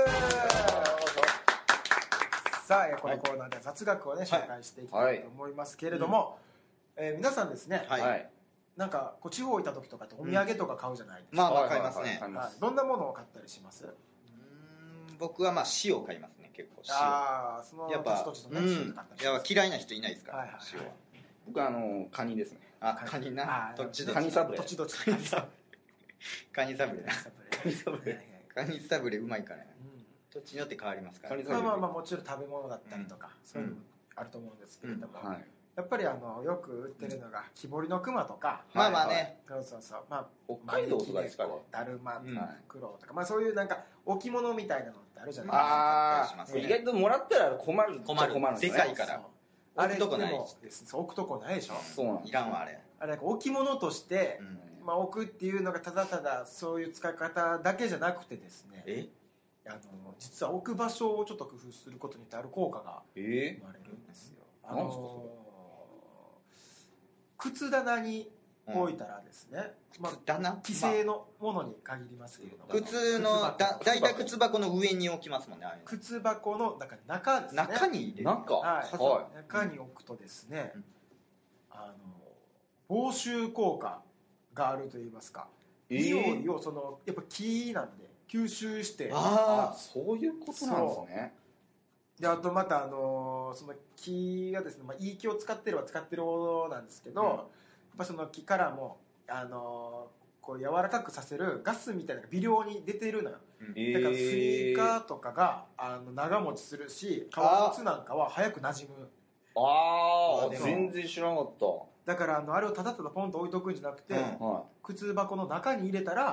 さあこのコーナーでは雑学をね紹介していきたいと思いますけれども、はいはいえー、皆さんですね、 はいはいなんかこう地方行った時とかってお土産とか買うじゃないですか、うん、まあまあ買いますね、 はい、どんなものを買ったりします？うーん僕はまあ塩買いますね結構塩ああそのやっぱ、 土地土地のね、 うん、いや嫌いな人いないですから、はいはいはい、塩は僕はあのカニですねあカニなどっちどっちカニサブレどっちどっちカニサブレカニサブレカニサブレカニサブレうまいからね、うん、土地によって変わりますから、ね、 まあまあまあもちろん食べ物だったりとか、うん、そういうのもあると思うんですけれども、 うんはいやっぱりあのよく売ってるのが木彫りの熊とか、 まあまあね、 そうそうそう、まあ北海道とかですかね、 だるま、クロとか、まあそういうなんか置物みたいなのってあるじゃないですか。 ああ、意外ともらったら困る困る困るでかいから置くとこない置くとこないでしょ。 そうなんいらんわあれ。 あれなんか置物としてまあ置くっていうのがただただそういう使い方だけじゃなくてですね。 え？ あの実は置く場所をちょっと工夫することによってある効果が生まれるんですよ。あの靴棚に置いたらですね、 うんまあ、棚既製のものに限りますけれども、 靴のだ大体靴箱の上に置きますもんね。 靴箱の中中ですね。 中に入れる。 中、 はいはい、中に置くとですね、うん、あの防臭効果があると言いますか、えー、匂いをそのやっぱ木なんで吸収して、 ああそういうことなんですね。 であとまたあのその木がですね、まあ、いい木を使ってれば使ってるほどなんですけど、うん、やっぱその木からもあのこう柔らかくさせるガスみたいなのが微量に出てるのよ、うん、だからスニーカーとかがあの長持ちするし革靴なんかは早く馴染む。 ああ全然知らなかった。 だからあのあれをただただポンと置いとくんじゃなくて、うん、靴箱の中に入れたら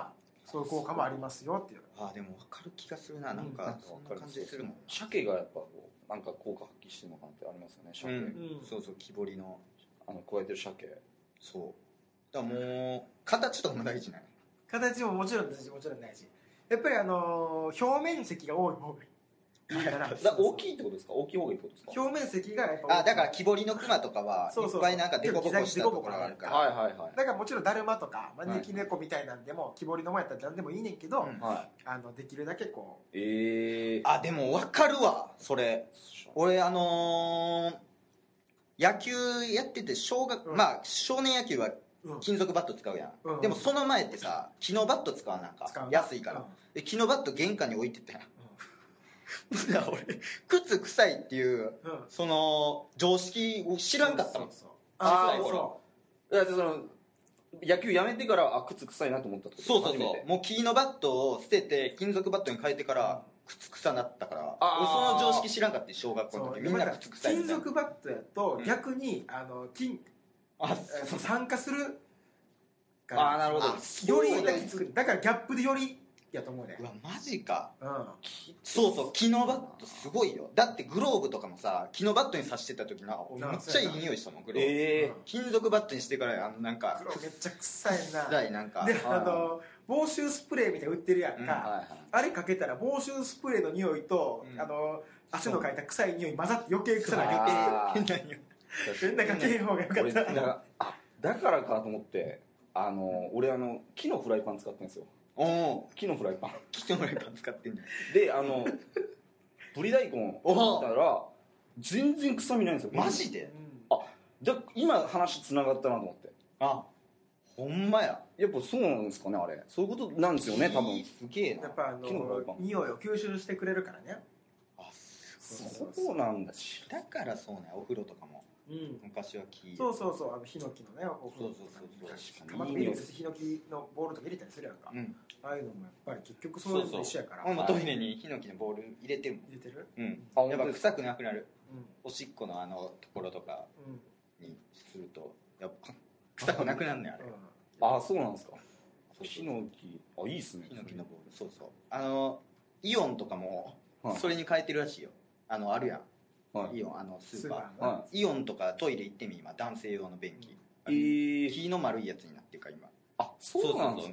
そういう効果もありますよっていう。 ああでも分かる気がするな、なんかそんな感じするもん。 鮭がやっぱこうなんか効果発揮してるのかなってありますよね、鮭、 うん、そうそう、木彫りのあの加えてる鮭、 そうだからもう形とかも大事ない？ 形ももちろん大事、もちろん大事。やっぱりあのー、表面積が多い方がいい。 だから大きいってことですか？大きい方がいいってことですか？ 表面積がやっぱあだから木彫りの熊とかはいっぱいなんかデコボコしたところがあるから、 はいはいはい、 だからもちろんだるまとか招き猫みたいなんでも木彫りのもやったら何でもいいねんけど、 うん、 あのできるだけこうえー、 あでも分かるわそれ。俺あのー、野球やってて小学、うん、まあ少年野球は金属バット使うやん、うん、でもその前ってさ木のバット使わなんか安いから、うん、で木のバット玄関に置いてたやん。俺靴臭いっていう、うん、その常識を知らんかったもん。そうそうそう、 ああそういやその野球やめてからあ靴臭いなと思ったってこと？ そうそうそう、もう木のバットを捨てて金属バットに変えてから靴臭なったから、俺その常識知らんかった。小学校の時みんな靴臭いみたいな。 金属バットやと逆に、うん、あの金あ酸化するから、 ああなるほど、 よりだけ作る、だからギャップでよりやと思うね。 うわマジか、 うん、 そうそう、木のバットすごいよ。だってグローブとかもさ木のバットに刺してた時なめっちゃいい匂いしたもんグローブ、えー、金属バットにしてからあのなんかグローブめっちゃ臭いな。 臭いなんかであの防臭スプレーみたいな売ってるやんか、うんはいはい、あれかけたら防臭スプレーの匂いと、うん、あの汗のかいた臭い匂い混ざって余計臭なかけて変なかけへん方がよかった。 だからあだからかと思ってあの俺あの木のフライパン使ってるんですよ。 お木のフライパン木のフライパン使ってんじゃん。 であのぶり大根を見たら全然臭みないんですよ。 マジで？ あじゃあ今話つながったなと思って。 あほんまや。 やっぱそうなんですかね。あれそういうことなんですよね多分。 すげえな。 やっぱあの匂いを吸収してくれるからね。 あそうなんだし。 だからそうね、お風呂とかも、うん、昔は木。 そうそうそう、あのヒノキのねお風呂とか確かにヒノキのボールとか入れたりするやんか、うん、ああいうのもやっぱり結局そういうの一緒やから。 俺もトイレにヒノキのボール入れてるもん。 入れてる？ うん。やっぱ臭くなくなる、うん、おしっこのあのところとかにするとやっぱ臭くなくなるねあれ、うんああそうなんですか。ヒノキあいいっすね。 ヒノキのボール。そうそう、あのイオンとかもそれに変えてるらしいよ。あのあるやん、はい、イオンあのスーパー、はい、イオンとかトイレ行ってみ今男性用の便器、えー、木の丸いやつになってるから今。 あそうなんですね。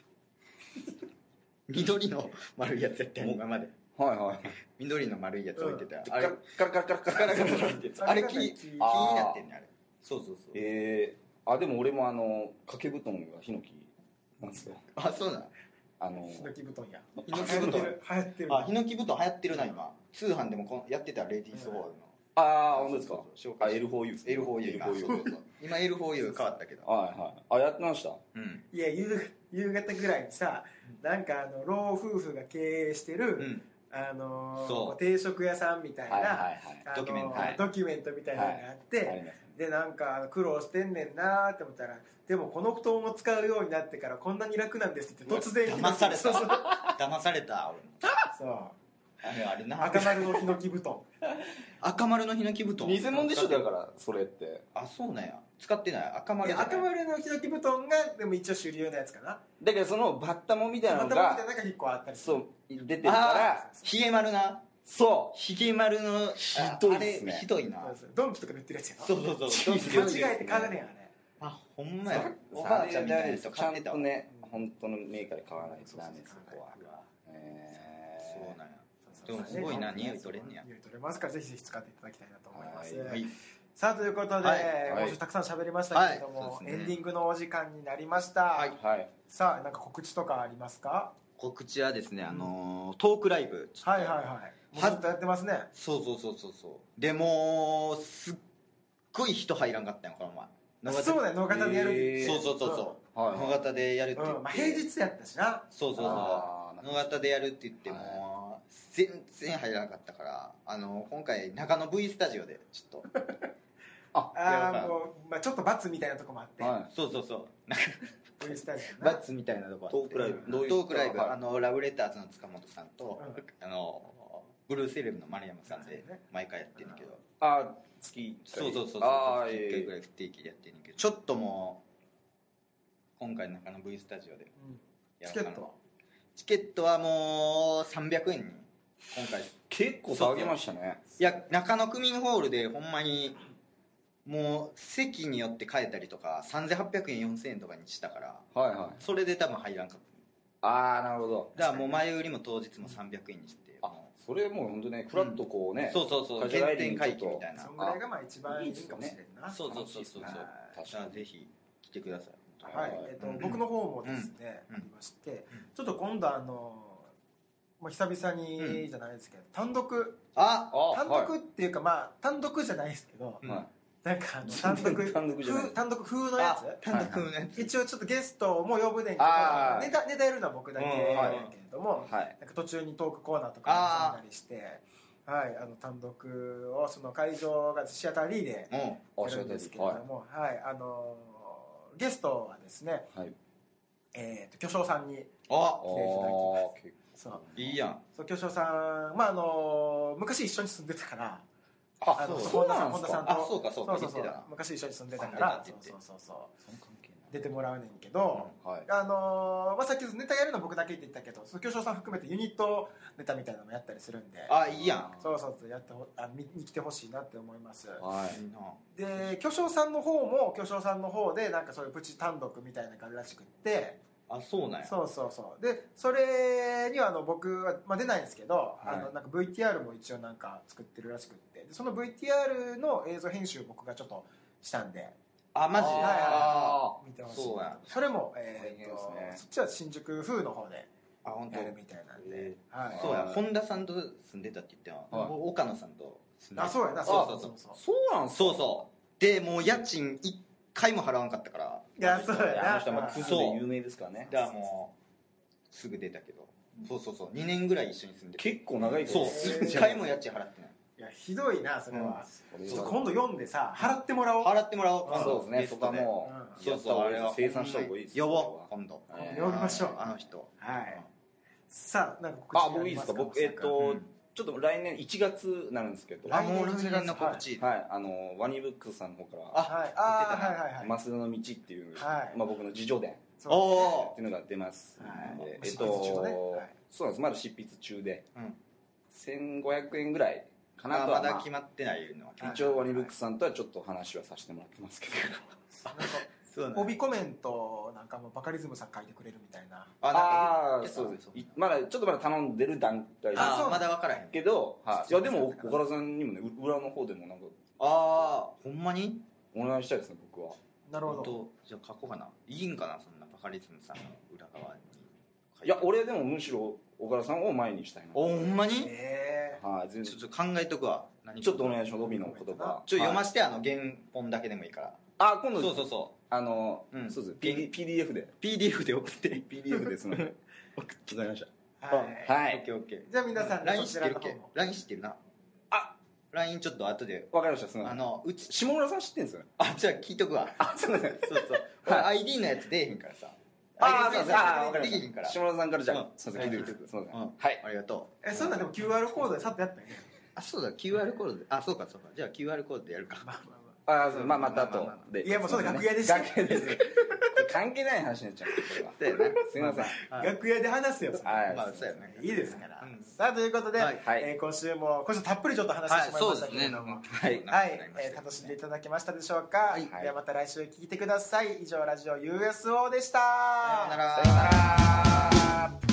緑の丸いやつやったやん今まで。 はいはい緑の丸いやつ置いてた、 うん、あれカラカラカラカラカラカラカラってあれ木になってんねあれ。そうそうそう。 えー、あでも俺もあの掛け布団がヒノキなんですよ。 あそうなの。 あのヒノキ布団や。 ヒノキ布団流行ってる。 あヒノキ布団流行ってるな今。通販でもこやってたレディースホールの。 ああ本当ですか。 あ エルフォーユー エルフォーユー 今今 エルフォーユー 変わったけど。 はいはい。あやってました。 うん。 いや夕夕方ぐらいにさなんかあの老夫婦が経営してる、うん、あのー、定食屋さんみたいな、はいはいはい、ドキュメント、はい、ドキュメントみたいなのがあって、はい、でなんか苦労してんねんなーって思ったらでもこの布団を使うようになってからこんなに楽なんですって突然騙された騙された俺もそうあれあれな赤丸のヒノキ布団赤丸のヒノキ布団偽物でしょだからそれって。 あそうなんや使ってない赤丸じゃない。赤丸のヒノキ布団がでも一応主流のやつかな。 だけどそのバッタモみたいなのがバッタモみたいなのがいっこあったりする。 そう出てるからヒゲ丸な。 そうヒゲ丸のひどいっすね。 あれひどいな。 ドンキとかで売ってるやつやな。 そうそうそう間違えて買うねんあれ。 あほんまや。おばあちゃんみたいなやつちゃんとね本当のメーカーで買わないとダメですそこは。 そうなんや。でもすごいな匂い取れんねや。 匂い取れますからぜひぜひ使っていただきたいなと思います。はいさあということで、はい、今週たくさん喋りましたけれども、はいね、エンディングのお時間になりました、はいはい、さあなんか告知とかありますか？ 告知はですね、あのー、トークライブはいはいはいずっとやってますね。 そうそうそうそうそうでもすっごい人入らんかったよこの前。 そうだよ野方でやるって言って、 そうそうそうそう、はいはい、野方でやるって言って、うんまあ、 平日やったしな。 そうそうそう野方でやるって言っても、はい、全然入らなかったからあの今回中野 V スタジオでちょっとああもう、まあ、ちょっとバツみたいなとこもあって、 はい、そうそうそう V スタジオバツみたいなとこあってトークライブどういうトークライブ、はい、あのラブレターズの塚本さんと、うん、あのブルーセレブの丸山さんで毎回やってるんだけど、 ああ月いっかいそうそうそうそういっかいぐらい不定期でやってるんだけどちょっともう今回の中の V スタジオでやろうかな、うん、チケットチケットはもうさんびゃくえんに今回結構下げましたね。 いや中野区民ホールでほんまにもう席によって変えたりとかさんぜんはっぴゃくえんよんせんえんとかにしたから、 はいはい。 それで多分入らんかった。 ああなるほど。 だからもう前売りも当日もさんびゃくえんにして、 あそれもう本当ねフラッとこうね、 そうそうそう原点回帰みたいな、 そんぐらいがまあ一番いいかもしれんな。 そうそうそうそうそう。 確じゃあぜひ来てください。 はい、えっと僕の方もですねありまして、ちょっと今度あのもう久々にじゃないですけど単独あ単独っていうかまあ単独じゃないですけど、なんかあの単独単独じゃない単独風のやつ、 単独風のやつ、 一応ちょっとゲストも呼ぶねんけど、ネタネタやるのは僕だけやけれども、なんか途中にトークコーナーとかも挟んだりして、はい、あの単独をその会場がシアターリーでやるんですけれども、はいあのゲストはですね、えっと巨匠さんに来ていただきます。そういいやん。 そう巨匠さん、まああの昔一緒に住んでたから。 あ、そうなんですか。 あ、そうかそうか。 そうそう昔一緒に住んでたからそうそうそうそう出てもらうねんけど、あのまあさっきネタやるの僕だけって言ったけど巨匠さん含めてユニットネタみたいなのもやったりするんで、 あいいやん。 そうそうそうやってあ見に来てほしいなって思います。で巨匠さんの方も巨匠さんの方でなんかそういうプチ単独みたいなのがあるらしくって。 あそうなんや。 そうそうそうでそれにはあの僕は、まあ、出ないんですけど、はい、あのなんか ブイティーアール も一応なんか作ってるらしくってでその ブイティーアール の映像編集を僕がちょっとしたんであマジで、はいはい、見てほしい。 そうやそれも、えーとね、そっちは新宿風の方であ本当やるみたいなんで、 はい、そうや本田さんと住んでたって言ってた、はい、岡野さんと住んでた。 あそうやなそうそうそうそうそうなんすか。 そうそうでもう家賃いっかいも払わんかったから。 いやそうやな。 あの人はクズで有名ですからね。 だからもうすぐ出たけど、そうそうそうにねんぐらい一緒に住んでる。 結構長い。 そういっかいも家賃払ってない。 いやひどいなそれは。ちょっと今度読んでさ払ってもらおう。 払ってもらおう。 そうですね。そこはもうそうそうあれは生産した方がいいです。 呼ぼう今度。 呼びましょうあの人。 はい。さあなんか告知あ僕いいですか。僕えっと。ちょっと来年いちがつになるんですけど、 あもう来年の告知、 はい、あのワニブックスさんの方から、 あはいあはいはいはい増田の道っていう、 はい、 まあ僕の自叙伝おっていうのが出ます。 はい、 えっと、はい、そうなんです。まだ執筆中で、うん、せんごひゃくえんぐらいかなとは、 まだ決まってないのは、 一応ワニブックスさんとはちょっと話はさせてもらってますけど。 帯コメントなんかもバカリズムさん書いてくれるみたいな。 ああそうです。まだちょっとまだ頼んでる段階です。 ああまだ分からへんけど、はいやでも岡田さんにもね裏の方でもなんかああほんまにお願いしたいですね僕は。 なるほど。 じゃあ書こうかな。いいんかなそんなバカリズムさんの裏側に。 いや俺でもむしろ岡田さんを前にしたいな。 おほんまに？ ええはい全然ちょっと考えとくわ。 ちょっとお願いします。帯の言葉。 ちょっと読ましてあの原本だけでもいいから。 あ今度そうそうそうあの、うん、そうです ピーディーエフ でピーディーエフ で送ってピーディーエフ ですので送ってもらいましたはいはい オッケーオッケー。 じゃあ皆さんライン 知ってるっけ ライン 知ってるなあ ライン ちょっと後でわかりましたすみませんあのうち下村さん知ってるんですよねあじゃあ聞いとくわあすみませんそうそう アイディー のやつ出えへんからさああそうできへんから下村さんからじゃあすみません聞いてくださいはいありがとうえそんなでも キューアール コードでさっとやったよねあそうだ キューアール コードであそうかそうかじゃあ キューアール コードでやるかまあまああまあまた後でいやもうその楽屋でして楽屋です関係ない話になっちゃうそうやなすみません楽屋で話すよはいまあそうやねいいですからさあということで今週も今週たっぷりちょっと話してしまいましたけれどもはい楽しんでいただけましたでしょうかではまた来週聞いてください以上ラジオ ユーエスオー でしたさようならさようなら